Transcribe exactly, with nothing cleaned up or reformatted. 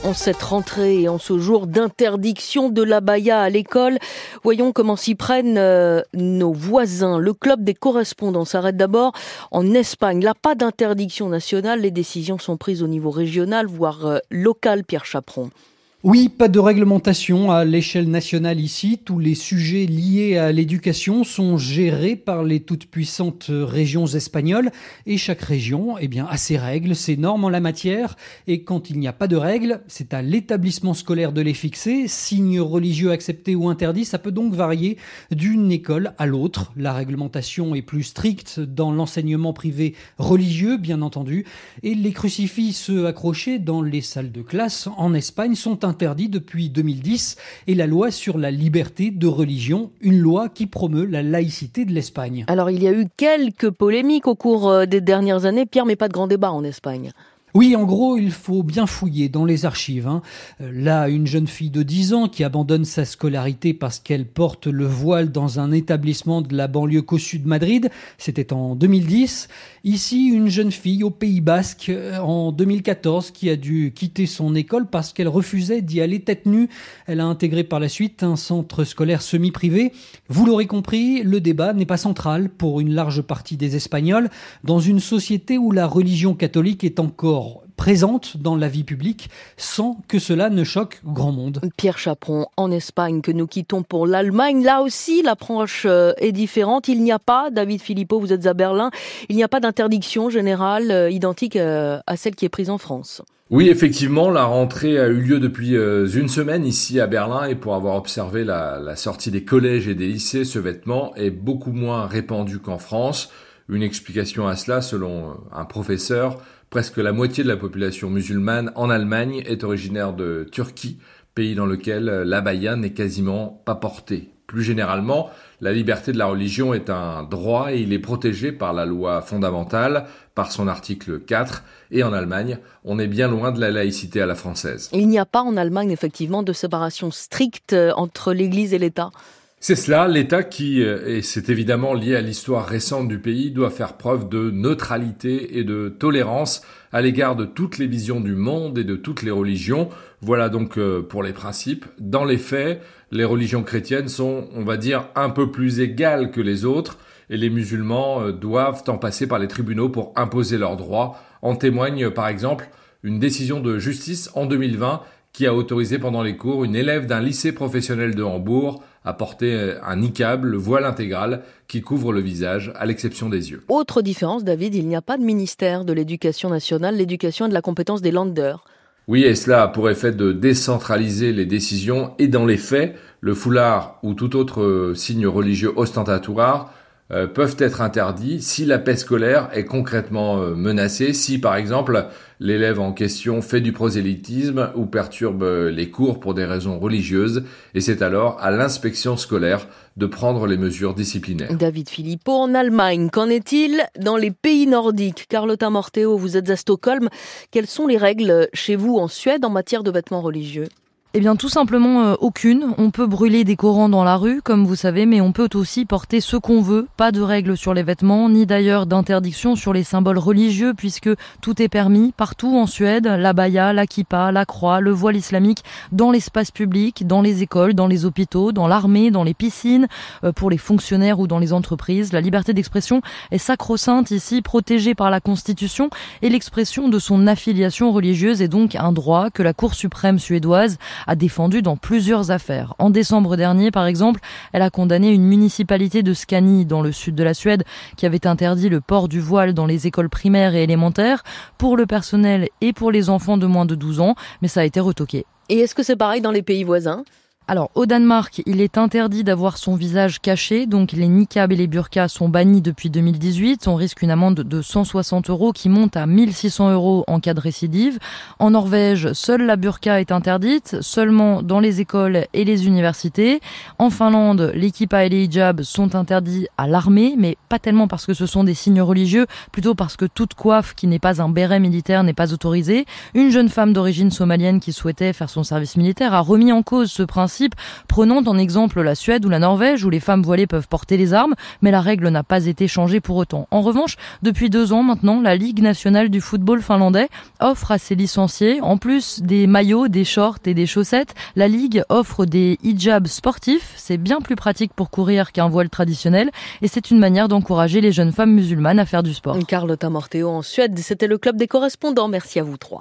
En cette rentrée et en ce jour d'interdiction de l'abaya à l'école, voyons comment s'y prennent euh, nos voisins. Le club des correspondants s'arrête d'abord en Espagne. Là, pas d'interdiction nationale, les décisions sont prises au niveau régional, voire euh, local, Pierre Chaperon. Oui, pas de réglementation à l'échelle nationale ici. Tous les sujets liés à l'éducation sont gérés par les toutes puissantes régions espagnoles. Et chaque région, eh bien, a ses règles, ses normes en la matière. Et quand il n'y a pas de règles, c'est à l'établissement scolaire de les fixer. Signes religieux acceptés ou interdits, ça peut donc varier d'une école à l'autre. La réglementation est plus stricte dans l'enseignement privé religieux, bien entendu. Et les crucifix, ceux accrochés dans les salles de classe en Espagne, sont interdit depuis deux mille dix et la loi sur la liberté de religion, une loi qui promeut la laïcité de l'Espagne. Alors il y a eu quelques polémiques au cours des dernières années, Pierre, mais pas de grand débat en Espagne. Oui, en gros, il faut bien fouiller dans les archives. Hein. Là, une jeune fille de dix ans qui abandonne sa scolarité parce qu'elle porte le voile dans un établissement de la banlieue cossue de Madrid, c'était en deux mille dix. Ici, une jeune fille au Pays Basque en deux mille quatorze qui a dû quitter son école parce qu'elle refusait d'y aller tête nue. Elle a intégré par la suite un centre scolaire semi-privé. Vous l'aurez compris, le débat n'est pas central pour une large partie des Espagnols dans une société où la religion catholique est encore présente dans la vie publique sans que cela ne choque grand monde. Pierre Chaperon, en Espagne, que nous quittons pour l'Allemagne. Là aussi, l'approche est différente. Il n'y a pas, David Philippot, vous êtes à Berlin, il n'y a pas d'interdiction générale identique à celle qui est prise en France. Oui, effectivement, la rentrée a eu lieu depuis une semaine ici à Berlin et pour avoir observé la, la sortie des collèges et des lycées, ce vêtement est beaucoup moins répandu qu'en France. Une explication à cela, selon un professeur, presque la moitié de la population musulmane en Allemagne est originaire de Turquie, pays dans lequel l'abaya n'est quasiment pas porté. Plus généralement, la liberté de la religion est un droit et il est protégé par la loi fondamentale, par son article quatre. Et en Allemagne, on est bien loin de la laïcité à la française. Il n'y a pas en Allemagne, effectivement, de séparation stricte entre l'Église et l'État. C'est cela, l'État qui, et c'est évidemment lié à l'histoire récente du pays, doit faire preuve de neutralité et de tolérance à l'égard de toutes les visions du monde et de toutes les religions. Voilà donc pour les principes. Dans les faits, les religions chrétiennes sont, on va dire, un peu plus égales que les autres et les musulmans doivent en passer par les tribunaux pour imposer leurs droits. En témoigne par exemple une décision de justice en deux mille vingt qui a autorisé pendant les cours une élève d'un lycée professionnel de Hambourg à porter un niqab, le voile intégral, qui couvre le visage, à l'exception des yeux. Autre différence, David, il n'y a pas de ministère de l'Éducation nationale, l'éducation est de la compétence des Länder. Oui, et cela a pour effet de décentraliser les décisions, et dans les faits, le foulard ou tout autre signe religieux ostentatoire Euh, peuvent être interdits si la paix scolaire est concrètement euh, menacée, si par exemple l'élève en question fait du prosélytisme ou perturbe euh, les cours pour des raisons religieuses, et c'est alors à l'inspection scolaire de prendre les mesures disciplinaires. David Philippot, en Allemagne, qu'en est-il dans les pays nordiques? Carlotta Morteo, vous êtes à Stockholm. Quelles sont les règles chez vous en Suède en matière de vêtements religieux? Eh bien, tout simplement euh, aucune. On peut brûler des Corans dans la rue, comme vous savez, mais on peut aussi porter ce qu'on veut. Pas de règles sur les vêtements, ni d'ailleurs d'interdiction sur les symboles religieux, puisque tout est permis partout en Suède. L'abaya, la kippa, la croix, le voile islamique, dans l'espace public, dans les écoles, dans les hôpitaux, dans l'armée, dans les piscines, euh, pour les fonctionnaires ou dans les entreprises. La liberté d'expression est sacro-sainte ici, protégée par la Constitution, et l'expression de son affiliation religieuse est donc un droit que la Cour suprême suédoise a défendu dans plusieurs affaires. En décembre dernier, par exemple, elle a condamné une municipalité de Skani, dans le sud de la Suède, qui avait interdit le port du voile dans les écoles primaires et élémentaires pour le personnel et pour les enfants de moins de douze ans, mais ça a été retoqué. Et est-ce que c'est pareil dans les pays voisins ? Alors, au Danemark, il est interdit d'avoir son visage caché, donc les niqabs et les burqas sont bannis depuis deux mille dix-huit. On risque une amende de cent soixante euros qui monte à mille six cents euros en cas de récidive. En Norvège, seule la burqa est interdite, seulement dans les écoles et les universités. En Finlande, les kippas et les hijabs sont interdits à l'armée, mais pas tellement parce que ce sont des signes religieux, plutôt parce que toute coiffe qui n'est pas un béret militaire n'est pas autorisée. Une jeune femme d'origine somalienne qui souhaitait faire son service militaire a remis en cause ce principe principe, prenant en exemple la Suède ou la Norvège où les femmes voilées peuvent porter les armes, mais la règle n'a pas été changée pour autant. En revanche, depuis deux ans maintenant, la Ligue nationale du football finlandais offre à ses licenciés, en plus des maillots, des shorts et des chaussettes, la Ligue offre des hijabs sportifs. C'est bien plus pratique pour courir qu'un voile traditionnel et c'est une manière d'encourager les jeunes femmes musulmanes à faire du sport. Carlotta Morteo en Suède, c'était le club des correspondants. Merci à vous trois.